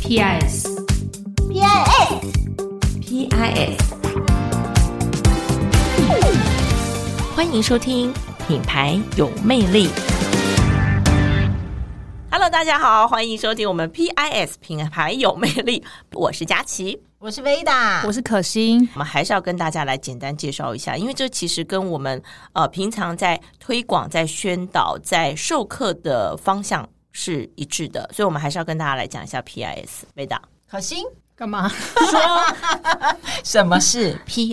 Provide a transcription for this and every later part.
PIS PIS 欢迎收听品牌有魅力。Hello， 大家好，欢迎收听我们 PIS 品牌有魅力，我是佳琪， 我是维达， 我是可心。 我们还是要跟大家来简单介绍一下，因为这其实跟我们平常在推广、在宣导、在授课的方向是一致的，所以我们还是要跟大家来讲一下 PIS。维达， 可心干嘛？ 说什么是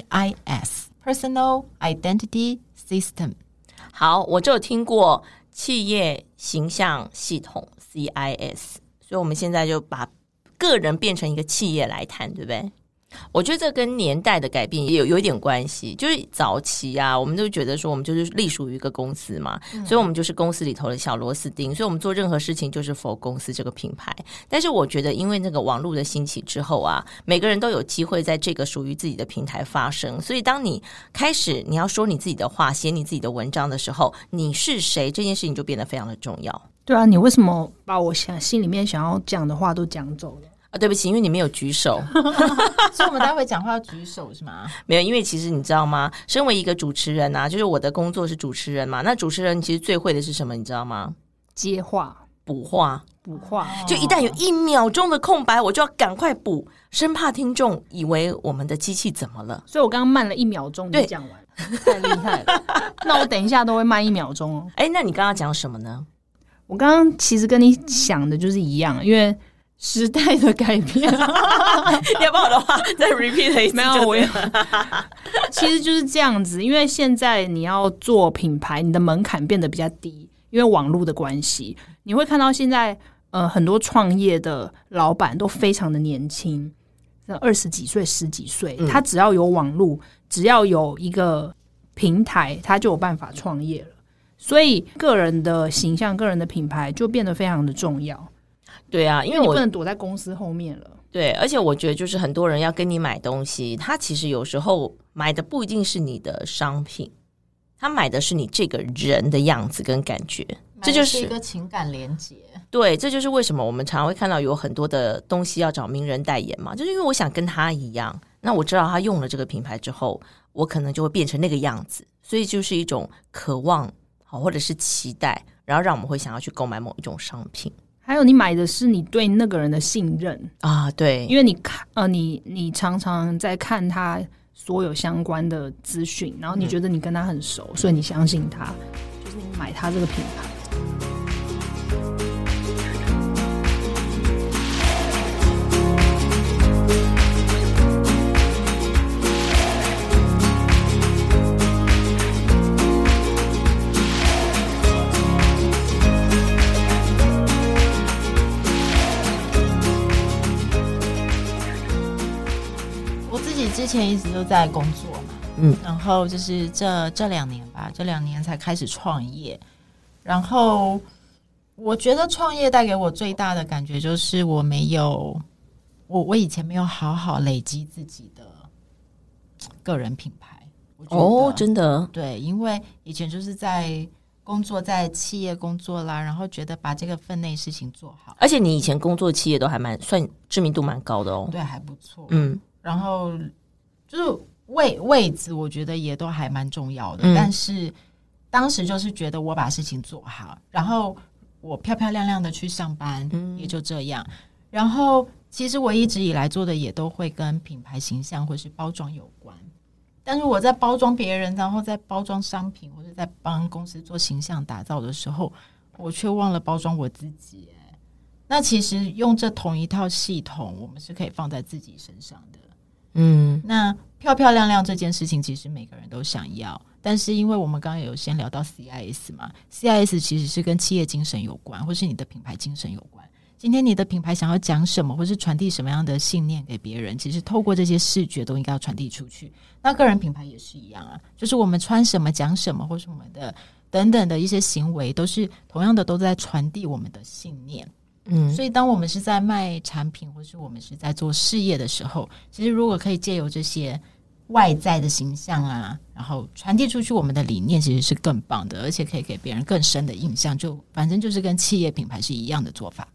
PIS Personal Identity System？ 好，我就有听过企业形象系统 CIS， 所以我们现在就把个人变成一个企业来谈，对不对？我觉得这跟年代的改变也有一点关系，就是早期啊，我们都觉得说我们就是隶属于一个公司嘛，所以我们就是公司里头的小螺丝钉，所以我们做任何事情就是 for 公司这个品牌。但是我觉得因为那个网络的兴起之后啊，每个人都有机会在这个属于自己的平台发声，所以当你开始你要说你自己的话，写你自己的文章的时候，你是谁这件事情就变得非常的重要。 对啊，你为什么把我心里面想要讲的话都讲走了？ 对不起，因为你没有举手所以我们待会讲话要举手是吗？ 没有，因为其实你知道吗，身为一个主持人啊，就是我的工作是主持人嘛，那主持人其实最会的是什么你知道吗？ 接话补话，就一旦有1秒钟的空白，我就要赶快补，生怕听众以为我们的机器怎么了。 所以我刚刚慢了1秒钟就讲完，太厉害了。那我等一下都会慢1秒钟哦。 那你刚刚讲什么呢？ 我刚刚其实跟你想的就是一样，因为时代的改变要不然我的话再 repeat 一次。 没有，我其实就是这样子，因为现在你要做品牌，你的门槛变得比较低，因为网络的关系，你会看到现在很多创业的老板都非常的年轻，20几岁、10几岁，他只要有网络，只要有一个平台，他就有办法创业了。所以个人的形象、个人的品牌就变得非常的重要。 对啊，因为你不能躲在公司后面了。 对，而且我觉得就是很多人要跟你买东西，他其实有时候买的不一定是你的商品，他买的是你这个人的样子跟感觉，这就是一个情感连结。 对，这就是为什么我们常常会看到有很多的东西要找名人代言嘛，就是因为我想跟他一样，那我知道他用了这个品牌之后，我可能就会变成那个样子，所以就是一种渴望或者是期待，然后让我们会想要去购买某一种商品。 还有你买的是你对那个人的信任啊，对， 因为你常常在看他所有相关的资讯，然后你觉得你跟他很熟，所以你相信他，就是你买他这个品牌。 之前一直都在工作嘛，然后就是这2年吧，这2年才开始创业。然后我觉得创业带给我最大的感觉就是我以前没有好好累积自己的个人品牌。 哦，真的？ 对，因为以前就是在工作，在企业工作啦，然后觉得把这个分内事情做好。 而且你以前工作企业都还算知名度蛮高的哦。 对，还不错。然后就是位置我觉得也都还蛮重要的，但是当时就是觉得我把事情做好，然后我漂漂亮亮的去上班，也就这样。然后其实我一直以来做的也都会跟品牌形象或是包装有关，但是我在包装别人，然后在包装商品或者在帮公司做形象打造的时候，我却忘了包装我自己。那其实用这同一套系统，我们是可以放在自己身上的。那漂漂亮亮这件事情其实每个人都想要，但是因为我们刚刚有先聊到 CIS 嘛， CIS 其实是跟企业精神有关，或是你的品牌精神有关。今天你的品牌想要讲什么，或是传递什么样的信念给别人，其实透过这些视觉都应该要传递出去。那个人品牌也是一样啊，就是我们穿什么讲什么，或是我们的等等的一些行为，都是同样的都在传递我们的信念。所以当我们是在卖产品或是我们是在做事业的时候，其实如果可以借由这些外在的形象啊，然后传递出去我们的理念，其实是更棒的，而且可以给别人更深的印象，就反正就是跟企业品牌是一样的做法。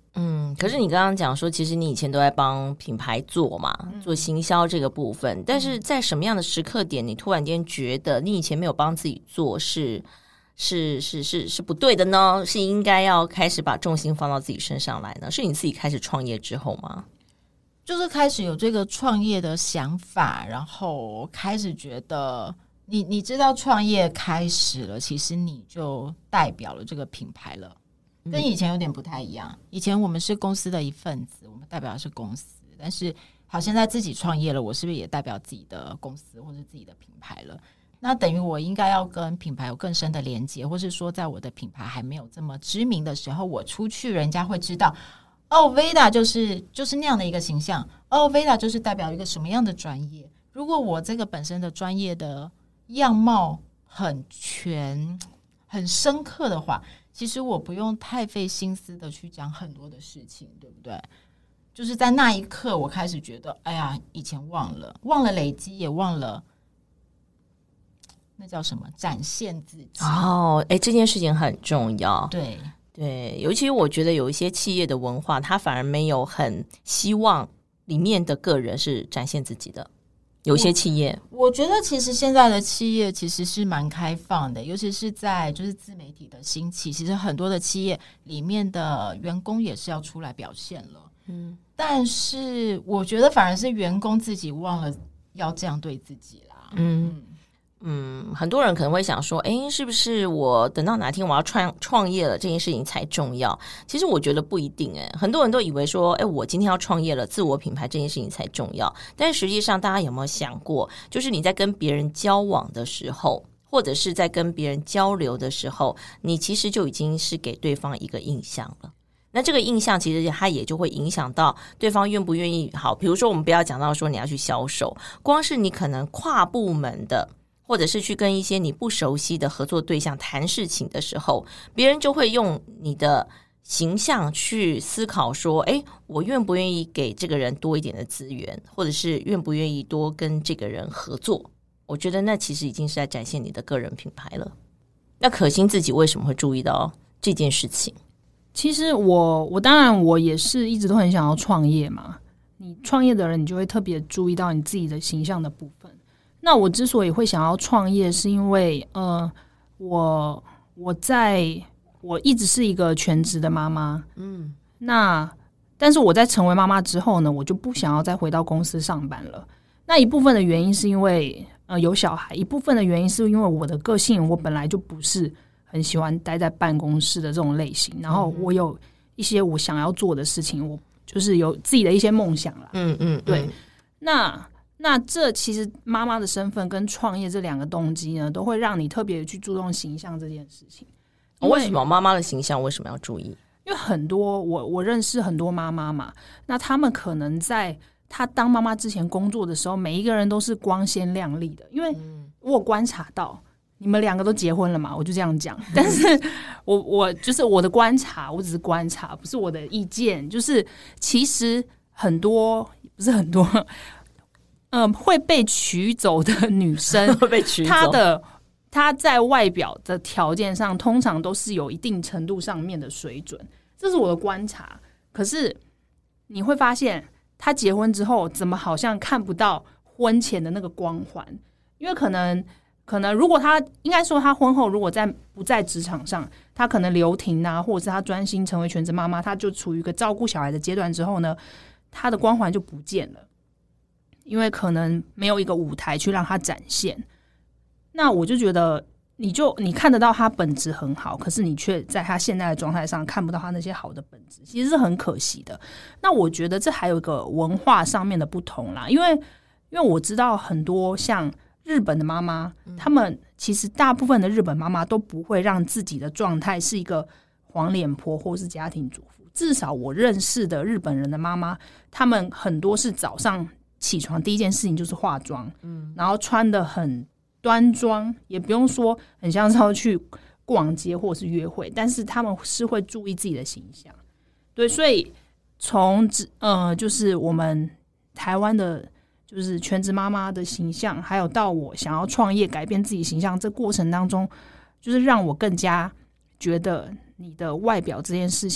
可是你刚刚讲说，其实你以前都在帮品牌做嘛，做行销这个部分，但是在什么样的时刻点，你突然间觉得你以前没有帮自己做是不对的呢？是应该要开始把重心放到自己身上来呢？是你自己开始创业之后吗？ 就是开始有这个创业的想法，然后开始觉得你知道创业开始了，其实你就代表了这个品牌了，跟以前有点不太一样。以前我们是公司的一份子，我们代表的是公司，但是好，现在自己创业了，我是不是也代表自己的公司或是自己的品牌了？那等于我应该要跟品牌有更深的连接，或是说在我的品牌还没有这么知名的时候，我出去人家会知道Veda 就是那样的一个形象Veda 就是代表一个什么样的专业。如果我这个本身的专业的样貌很全很深刻的话，其实我不用太费心思的去讲很多的事情，对不对？就是在那一刻我开始觉得哎呀，以前忘了累积，也忘了那叫什么展现自己这件事情很重要。 对， 尤其我觉得有一些企业的文化，它反而没有很希望里面的个人是展现自己的。有些企业， 我觉得其实现在的企业其实是蛮开放的，尤其是在就是自媒体的兴起，其实很多的企业里面的员工也是要出来表现了。但是我觉得反而是员工自己忘了要这样对自己啦。 很多人可能会想说，是不是我等到哪天我要创业了这件事情才重要？其实我觉得不一定。很多人都以为说，我今天要创业了，自我品牌这件事情才重要。但实际上大家有没有想过，就是你在跟别人交往的时候，或者是在跟别人交流的时候，你其实就已经是给对方一个印象了。那这个印象其实它也就会影响到对方愿不愿意。好，比如说我们不要讲到说你要去销售，光是你可能跨部门的，或者是去跟一些你不熟悉的合作对象谈事情的时候，别人就会用你的形象去思考说，我愿不愿意给这个人多一点的资源，或者是愿不愿意多跟这个人合作。我觉得那其实已经是在展现你的个人品牌了。那可心自己为什么会注意到这件事情？ 其实我当然我也是一直都很想要创业嘛。你创业的人，你就会特别注意到你自己的形象的部分。那我之所以会想要创业，是因为我一直是一个全职的妈妈，但是我在成为妈妈之后呢，我就不想要再回到公司上班了。那一部分的原因是因为有小孩，一部分的原因是因为我的个性，我本来就不是很喜欢待在办公室的这种类型，然后我有一些我想要做的事情，我就是有自己的一些梦想啦。对。那这其实妈妈的身份跟创业这两个动机呢，都会让你特别去注重形象这件事情。 为什么妈妈的形象为什么要注意？ 因为很多我认识很多妈妈嘛，那他们可能在她当妈妈之前工作的时候，每一个人都是光鲜亮丽的。因为我有观察到，你们两个都结婚了嘛，我就这样讲。但是我就是我的观察，我只是观察，不是我的意见。就是其实很多不是很多。会被娶走的女生， 会被娶走， 她在外表的条件上，通常都是有一定程度上面的水准，这是我的观察。可是你会发现，她结婚之后，怎么好像看不到婚前的那个光环？因为可能如果她应该说，她婚后如果不在职场上，她可能留停啊，或者是她专心成为全职妈妈，她就处于一个照顾小孩的阶段之后呢，她的光环就不见了。因为可能没有一个舞台去让他展现，那我就觉得你看得到他本质很好，可是你却在他现在的状态上看不到他那些好的本质，其实是很可惜的。那我觉得这还有一个文化上面的不同啦，因为我知道很多像日本的妈妈，他们其实大部分的日本妈妈都不会让自己的状态是一个黄脸婆或是家庭主妇，至少我认识的日本人的妈妈，他们很多是早上起床第一件事情就是化妆，然后穿得很端庄，也不用说很像是要去逛街或是约会，但是他们是会注意自己的形象。对，所以从就是我们台湾的就是全职妈妈的形象，还有到我想要创业改变自己形象，这过程当中就是让我更加觉得你的外表这件事情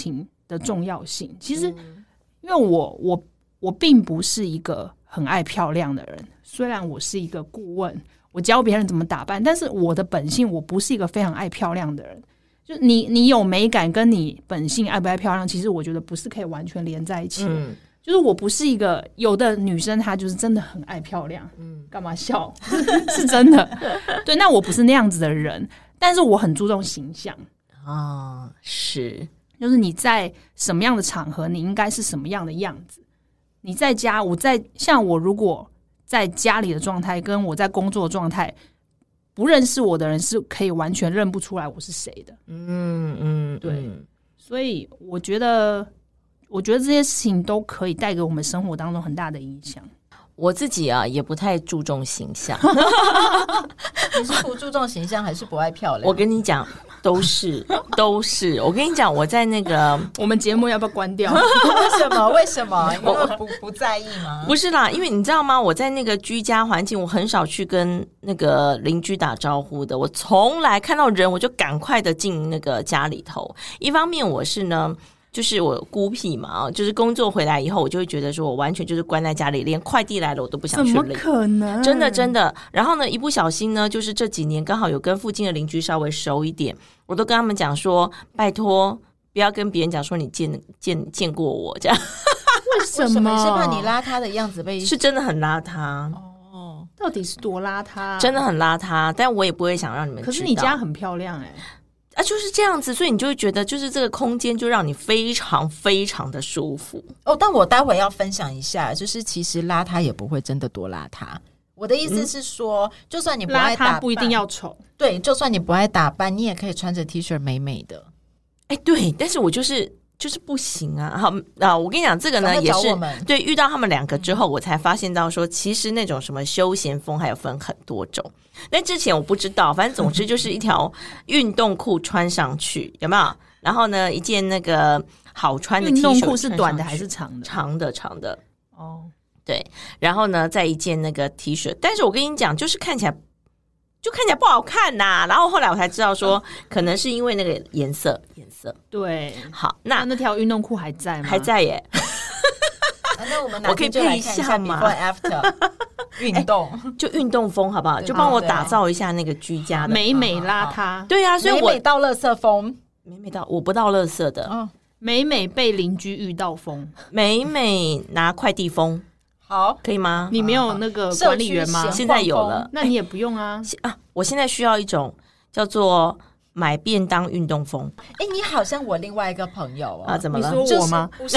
的重要性。其实，因为我并不是一个很爱漂亮的人，虽然我是一个顾问，我教别人怎么打扮，但是我的本性我不是一个非常爱漂亮的人。就你有美感跟你本性爱不爱漂亮，其实我觉得不是可以完全连在一起的。就是我不是一个，有的女生她就是真的很爱漂亮，干嘛笑？是真的。对，那我不是那样子的人，但是我很注重形象啊，是， 就是你在什么样的场合，你应该是什么样的样子。你在家，像我如果在家里的状态，跟我在工作的状态，不认识我的人是可以完全认不出来我是谁的。对，所以我觉得这些事情都可以带给我们生活当中很大的影响。 我自己啊也不太注重形象。 你是不注重形象还是不爱漂亮？ 我跟你讲，都是。我跟你讲，我在那个我们节目要不要关掉？ 为什么？因为不在意吗？ 不是啦，因为你知道吗？我在那个居家环境，我很少去跟那个邻居打招呼的。我从来看到人，我就赶快的进那个家里头。一方面我是呢，就是我孤僻嘛，就是工作回来以后，我就会觉得说我完全就是关在家里，连快递来了我都不想去领。 怎么可能？ 真的。然后呢，一不小心呢，就是这几年刚好有跟附近的邻居稍微熟一点，我都跟他们讲说，拜托不要跟别人讲说你见过我这样。 为什么？ 是怕你邋遢的样子被？ 是真的很邋遢。 到底是多邋遢？ 真的很邋遢，但我也不会想让你们知道。 可是你家很漂亮啊，就是这样子，所以你就会觉得，就是这个空间就让你非常非常的舒服。 但我待会要分享一下，就是其实邋遢也不会真的多邋遢。我的意思是说，就算你不爱打扮， 邋遢不一定要丑。 对，就算你不爱打扮，你也可以穿着 T 恤美美的。 对，但是我就是不行啊！好啊，我跟你讲，这个呢也是对，遇到他们两个之后，我才发现到说，其实那种什么休闲风还有分很多种。但之前我不知道，反正总之就是一条运动裤穿上去，有没有？然后呢，一件那个好穿的 T 恤，运动裤是短的还是长的？ 长的。对。然后呢，再一件那个 T 恤，但是我跟你讲，就是看起来不好看呐。然后后来我才知道说，可能是因为那个颜色。 对， 好， 那条运动裤还在吗？ 还在耶。 那我们哪天就来看一下 before after 运动， 就运动风好不好？就帮我打造一下那个居家的美美邋遢。 对啊，所以我美到垃圾风， 美到我不到垃圾的， 美被邻居遇到风， 美拿快递风。 好， 可以吗？ 你没有那个管理员吗？ 现在有了， 那你也不用啊。 我现在需要一种叫做买便当运动风。 你好像我另外一个朋友啊， 怎么了？ 你说我吗？ 不是，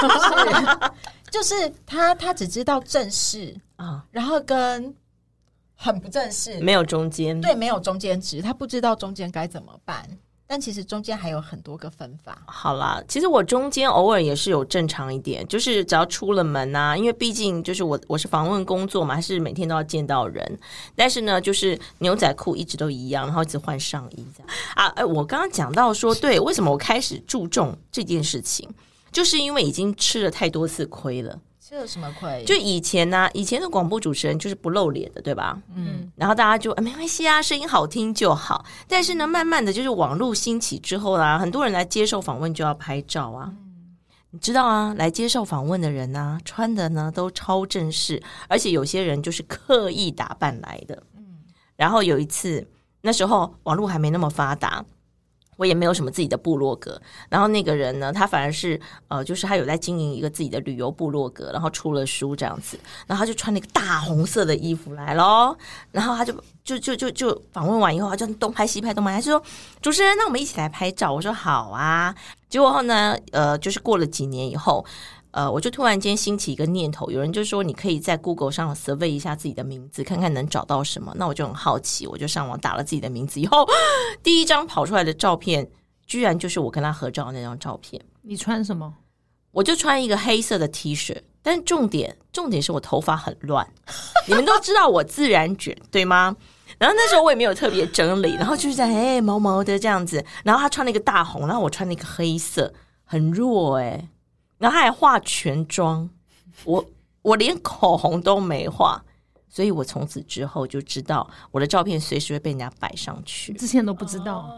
就是他只知道正式啊，然后跟很不正式， 没有中间， 对，没有中间值，他不知道中间该怎么办。但其实中间还有很多个分法。 好啦，其实我中间偶尔也是有正常一点，就是只要出了门啊，因为毕竟就是我是访问工作嘛，还是每天都要见到人。但是呢，就是牛仔裤一直都一样，然后一直换上衣这样啊。我刚刚讲到说，对，为什么我开始注重这件事情，就是因为已经吃了太多次亏了。 吃了什么亏？ 就以前呢，以前的广播主持人就是不露脸的，对吧？然后大家就没关系啊，声音好听就好。但是呢，慢慢的就是网络兴起之后啦，很多人来接受访问就要拍照啊。你知道啊，来接受访问的人啊，穿的呢都超正式，而且有些人就是刻意打扮来的。然后有一次，那时候网络还没那么发达。我也没有什么自己的部落格，然后那个人呢，他反而是就是他有在经营一个自己的旅游部落格，然后出了书这样子，然后他就穿那个大红色的衣服来咯，然后他就访问完以后，他就东拍西拍，他就说主持人，那我们一起来拍照。我说好啊。结果后呢，就是过了几年以后。我就突然间兴起一个念头，有人就说你可以在 Google 上 survey 一下自己的名字，看看能找到什么。那我就很好奇，我就上网打了自己的名字以后，第一张跑出来的照片居然就是我跟他合照的那张照片。 你穿什么？ 我就穿一个黑色的 T 恤，但重点是我头发很乱。你们都知道我自然卷对吗？然后那时候我也没有特别整理，然后就是在毛毛的这样子，然后他穿了一个大红，然后我穿了一个黑色，很弱然后他还化全妆，我连口红都没画，所以我从此之后就知道我的照片随时会被人家摆上去。 之前都不知道。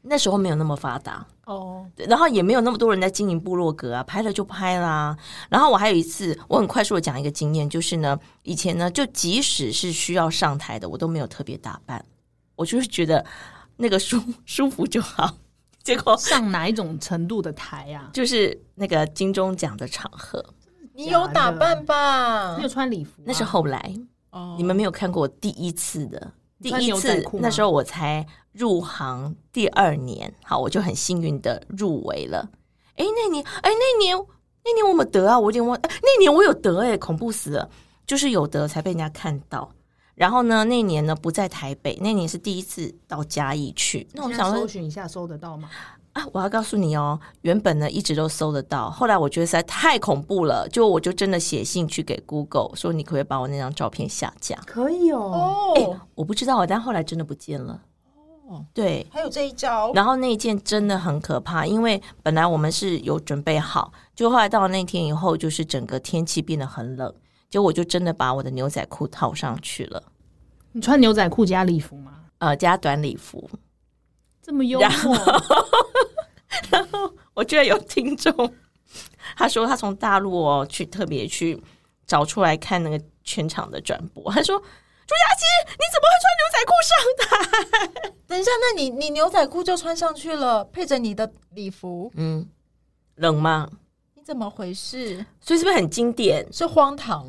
那时候没有那么发达哦， 然后也没有那么多人在经营部落格啊，拍了就拍啦。然后我还有一次，我很快速的讲一个经验，就是呢，以前呢，就即使是需要上台的，我都没有特别打扮，我就是觉得那个舒服就好。结果上哪一种程度的台啊？ 就是那个金钟奖的场合， 你有打扮吧？ 你有穿礼服啊？ 那是后来你们没有看过我第一次的。第一次那时候我才入行第2年，好，我就很幸运的入围了。那年我没得啊，我有点忘。那年我有得恐怖死了，就是有得才被人家看到。然后呢，那年呢不在台北，那年是第一次到嘉义去。那我想搜寻一下，搜得到吗？ 我要告诉你哦，原本呢一直都搜得到，后来我觉得实在太恐怖了，我就真的写信去给 Google 说，你可不可以把我那张照片下架？ 可以哦。 我不知道，但后来真的不见了。对， 还有这一招。 然后那一件真的很可怕，因为本来我们是有准备好，就后来到了那天以后，就是整个天气变得很冷，结果我就真的把我的牛仔裤套上去了。 你穿牛仔裤加礼服吗？ 加短礼服。 这么幽默。 然后我觉得有听众他说他从大陆去特别去找出来看那个全场的转播，他说朱雅琪你怎么会穿牛仔裤上台？ 等一下，那你牛仔裤就穿上去了，配着你的礼服， 冷吗？ 你怎么回事？ 所以是不是很经典？ 是荒唐。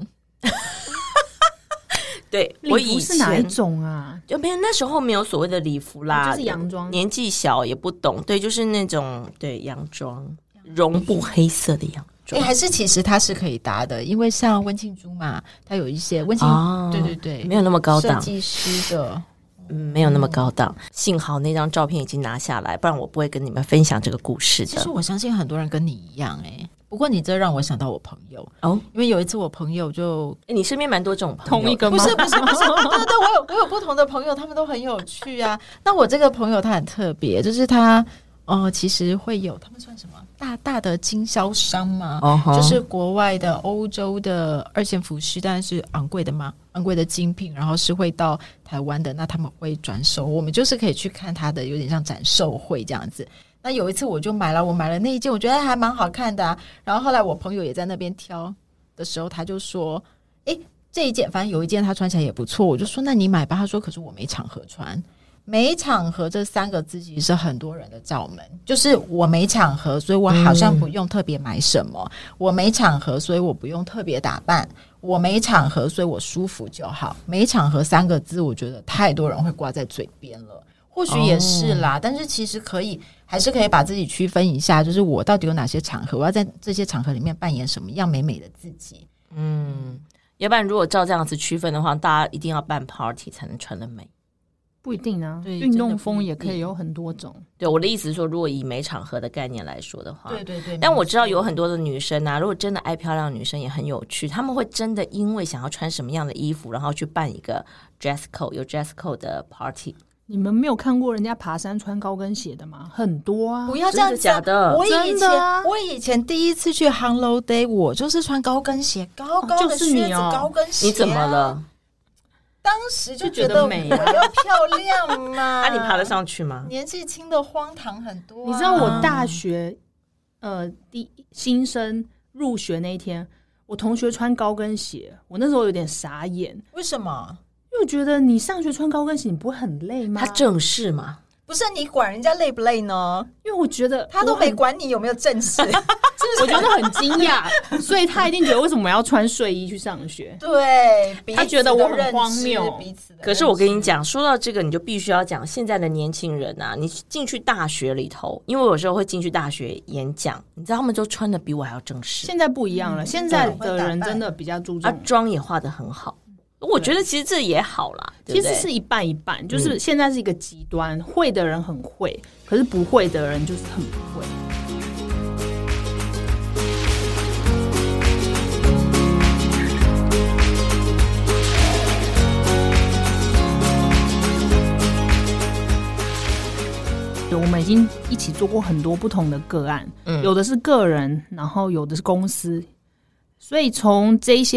对， 礼服是哪一种啊？ 就没有，那时候没有所谓的礼服啦， 就是洋装， 年纪小也不懂，对，就是那种对洋装，绒布黑色的洋装。 还是其实它是可以搭的，因为像温庆珠嘛，它有一些温庆，对对对， 没有那么高档， 设计师的。 没有那么高档。幸好那张照片已经拿下来，不然我不会跟你们分享这个故事的。 其实我相信很多人跟你一样不过你这让我想到我朋友因为有一次我朋友就你身边蛮多这种朋友， 同一个吗？ 不是，对，我有不同的朋友，他们都很有趣啊。那我这个朋友他很特别，就是他其实会有他们算什么大的经销商嘛，就是国外的欧洲的2线服饰，当然是昂贵的嘛，昂贵的精品，然后是会到台湾的，那他们会转手，我们就是可以去看他的，有点像展售会这样子。那有一次我买了那一件，我觉得还蛮好看的然后后来我朋友也在那边挑的时候，他就说这一件反正有一件他穿起来也不错，我就说那你买吧。他说可是我没场合穿。没场合这3个字其实是很多人的罩门，就是我没场合，所以我好像不用特别买什么，我没场合，所以我不用特别打扮，我没场合，所以我舒服就好。没场合3个字我觉得太多人会挂在嘴边了，或许也是啦但是其实还是可以把自己区分一下，就是我到底有哪些场合，我要在这些场合里面扮演什么样美美的自己。 要不然如果照这样子区分的话，大家一定要办 party 才能穿得美。 不一定啊，运动风也可以有很多种。 对，我的意思是说，如果以没场合的概念来说的话， 对。 但我知道有很多的女生如果真的爱漂亮的女生也很有趣，她们会真的因为想要穿什么样的衣服，然后去办一个 dress code 有 dress code 的 party。 你们没有看过人家爬山穿高跟鞋的吗？很多啊！ 不要这样假的。 我以前第一次去 Hello Day， 我就是穿高跟鞋，高高的靴子，高跟鞋。 你怎么了？ 当时就觉得美我要漂亮嘛。 你爬得上去吗？ 年纪轻的荒唐很多你知道我大学新生入学那一天，我同学穿高跟鞋，我那时候有点傻眼。 为什么？ 因为我觉得你上学穿高跟鞋你不会很累吗？ 他正式嘛。 不是你管人家累不累呢？ 因为我觉得他都没管你有没有正式我觉得很惊讶所以他一定觉得为什么要穿睡衣去上学。 对， 他觉得我很荒谬。 可是我跟你讲，说到这个你就必须要讲现在的年轻人你进去大学里头，因为我有时候会进去大学演讲，你知道他们都穿的比我还要正式。 现在不一样了，现在的人真的比较注重妆也画得很好。我觉得其实这也好啦，对不对？ 其实是一半一半，就是现在是一个极端，会的人很会，可是不会的人就是很不会。我们已经一起做过很多不同的个案，有的是个人，然后有的是公司，所以从这一些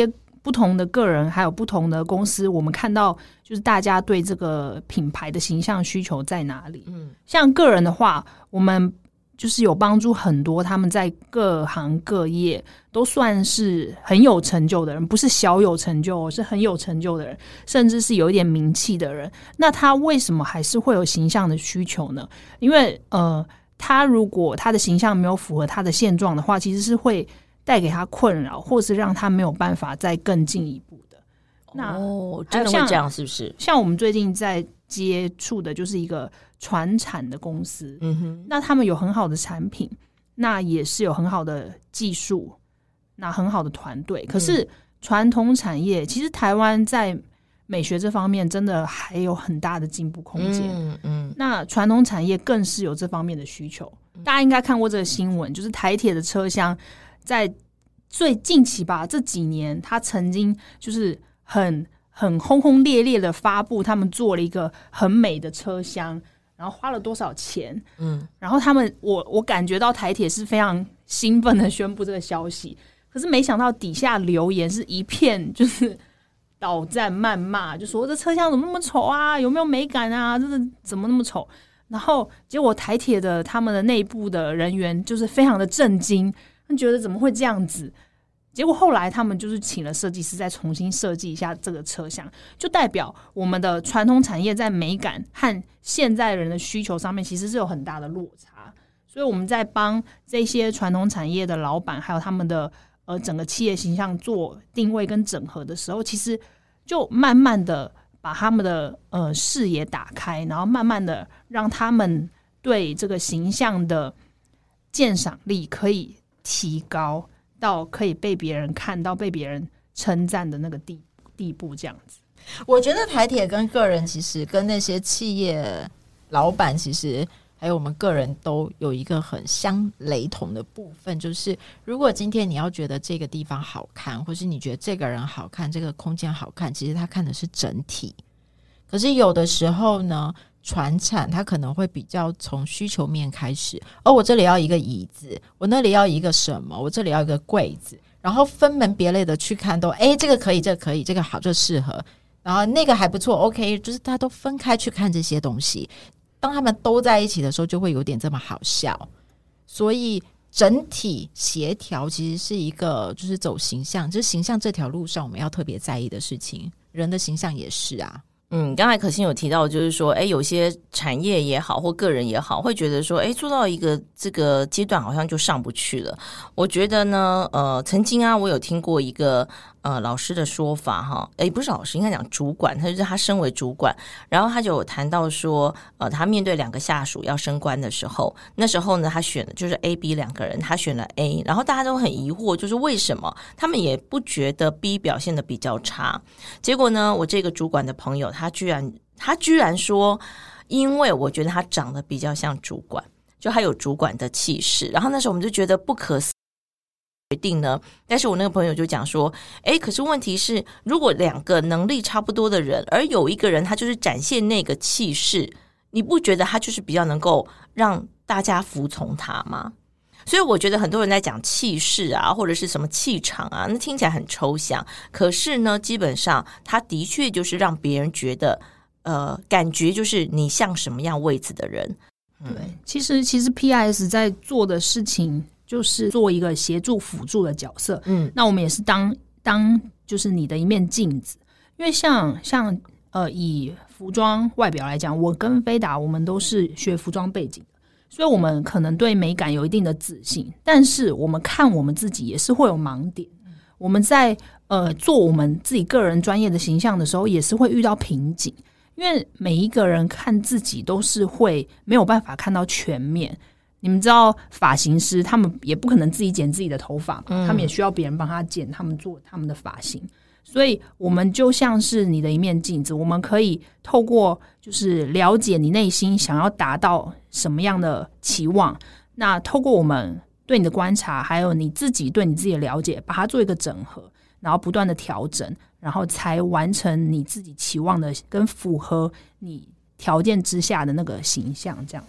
不同的个人还有不同的公司，我们看到就是大家对这个品牌的形象需求在哪里。像个人的话，我们就是有帮助很多他们在各行各业都算是很有成就的人，不是小有成就，是很有成就的人，甚至是有一点名气的人。那他为什么还是会有形象的需求呢？因为他如果他的形象没有符合他的现状的话，其实是会带给他困扰，或是让他没有办法再更进一步的。那真的会这样是不是？ 像我们最近在接触的就是一个传产的公司，那他们有很好的产品，那也是有很好的技术，那很好的团队。可是传统产业其实台湾在美学这方面真的还有很大的进步空间。那传统产业更是有这方面的需求。大家应该看过这个新闻，就是台铁的车厢在最近期吧，这几年他曾经就是很轰轰烈烈的发布他们做了一个很美的车厢，然后花了多少钱。然后他们我感觉到台铁是非常兴奋的宣布这个消息，可是没想到底下留言是一片就是倒赞谩骂，就说这车厢怎么那么丑啊，有没有美感啊，这怎么那么丑。然后结果台铁的他们的内部的人员就是非常的震惊，觉得怎么会这样子。结果后来他们就是请了设计师再重新设计一下这个车厢，就代表我们的传统产业在美感和现在人的需求上面其实是有很大的落差。所以我们在帮这些传统产业的老板还有他们的整个企业形象做定位跟整合的时候，其实就慢慢的把他们的视野打开，然后慢慢的让他们对这个形象的鉴赏力可以提高到可以被别人看到、被别人称赞的那个地步，这样子。 我觉得台铁跟个人其实跟那些企业老板其实还有我们个人都有一个很相雷同的部分，就是如果今天你要觉得这个地方好看，或是你觉得这个人好看，这个空间好看，其实他看的是整体。可是有的时候呢，传产它可能会比较从需求面开始，我这里要一个椅子，我那里要一个什么，我这里要一个柜子，然后分门别类的去看，都这个可以，这个可以，这个好，这个适合，然后那个还不错 OK， 就是大家都分开去看这些东西。当他们都在一起的时候，就会有点这么好笑。所以整体协调其实是一个就是走形象，就是形象这条路上我们要特别在意的事情，人的形象也是啊。 刚才可心有提到，就是说，有些产业也好，或个人也好，会觉得说，做到一个这个阶段，好像就上不去了。我觉得呢，曾经啊，我有听过一个老师的说法哈，不是老师，应该讲主管，他身为主管，然后他就有谈到说，他面对2个下属要升官的时候，那时候呢，他选的就是 A、B 2个人，他选了 A， 然后大家都很疑惑，就是为什么他们也不觉得 B 表现的比较差，结果呢，我这个主管的朋友，他居然说，因为我觉得他长得比较像主管，就他有主管的气势，然后那时候我们就觉得不可思议决定呢，但是我那个朋友就讲说，可是问题是，如果2个能力差不多的人，而有一个人他就是展现那个气势，你不觉得他就是比较能够让大家服从他吗？所以我觉得很多人在讲气势啊，或者是什么气场啊，那听起来很抽象，可是呢，基本上他的确就是让别人觉得感觉就是你像什么样位置的人。 对，其实 PIS 在做的事情就是做一个协助辅助的角色。那我们也是当就是你的一面镜子，因为像以服装外表来讲，我跟飞达我们都是学服装背景的，所以我们可能对美感有一定的自信，但是我们看我们自己也是会有盲点。我们在做我们自己个人专业的形象的时候，也是会遇到瓶颈，因为每一个人看自己都是会没有办法看到全面。你们知道发型师他们也不可能自己剪自己的头发嘛，他们也需要别人帮他剪，他们做他们的发型。所以我们就像是你的一面镜子，我们可以透过就是了解你内心想要达到什么样的期望，那透过我们对你的观察，还有你自己对你自己的了解，把它做一个整合，然后不断的调整，然后才完成你自己期望的跟符合你条件之下的那个形象，这样子。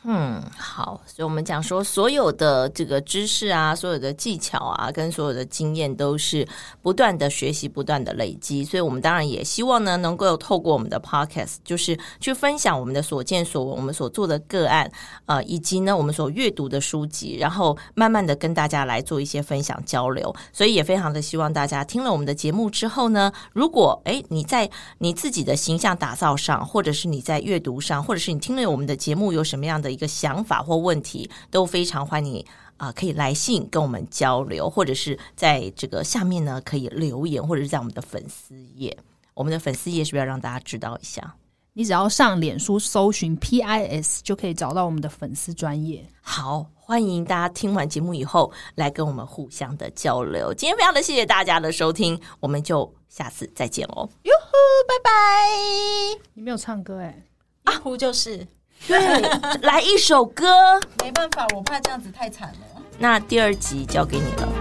好，所以我们讲说所有的这个知识啊，所有的技巧啊，跟所有的经验都是不断的学习，不断的累积。所以我们当然也希望呢，能够透过我们的 podcast， 就是去分享我们的所见所闻，我们所做的个案，以及呢我们所阅读的书籍，然后慢慢的跟大家来做一些分享交流。所以也非常的希望大家听了我们的节目之后呢，如果你在你自己的形象打造上，或者是你在阅读上，或者是你听了我们的节目有什么样的一个想法或问题，都非常欢迎可以来信跟我们交流，或者是在这个下面呢可以留言，或者是在我们的粉丝页。我们的粉丝页是不是要让大家知道一下？ 你只要上脸书搜寻 PIS 就可以找到我们的粉丝专页。 好，欢迎大家听完节目以后来跟我们互相的交流。今天非常的谢谢大家的收听，我们就下次再见喽。 哟呼，拜拜。 你没有唱歌一呼就是对，来一首歌。 没办法，我怕这样子太惨了。 那第2集交给你了。